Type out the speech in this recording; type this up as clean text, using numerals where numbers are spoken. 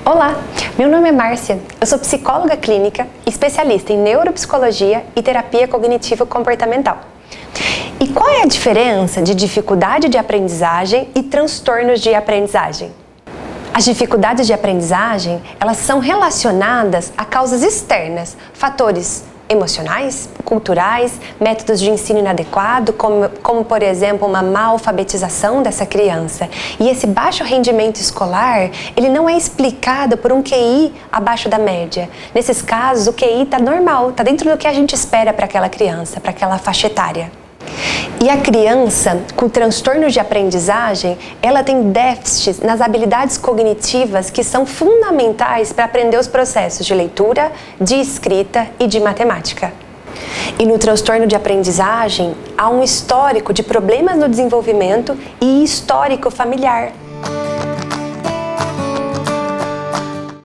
Olá, meu nome é Márcia, eu sou psicóloga clínica, especialista em neuropsicologia e terapia cognitivo-comportamental. E qual é a diferença de dificuldade de aprendizagem e transtornos de aprendizagem? As dificuldades de aprendizagem, elas são relacionadas a causas externas, fatores emocionais, culturais, métodos de ensino inadequado, como por exemplo uma má alfabetização dessa criança. E esse baixo rendimento escolar, ele não é explicado por um QI abaixo da média. Nesses casos, o QI está normal, está dentro do que a gente espera para aquela criança, para aquela faixa etária. E a criança com transtornos de aprendizagem, ela tem déficits nas habilidades cognitivas que são fundamentais para aprender os processos de leitura, de escrita e de matemática. E no transtorno de aprendizagem, há um histórico de problemas no desenvolvimento e histórico familiar.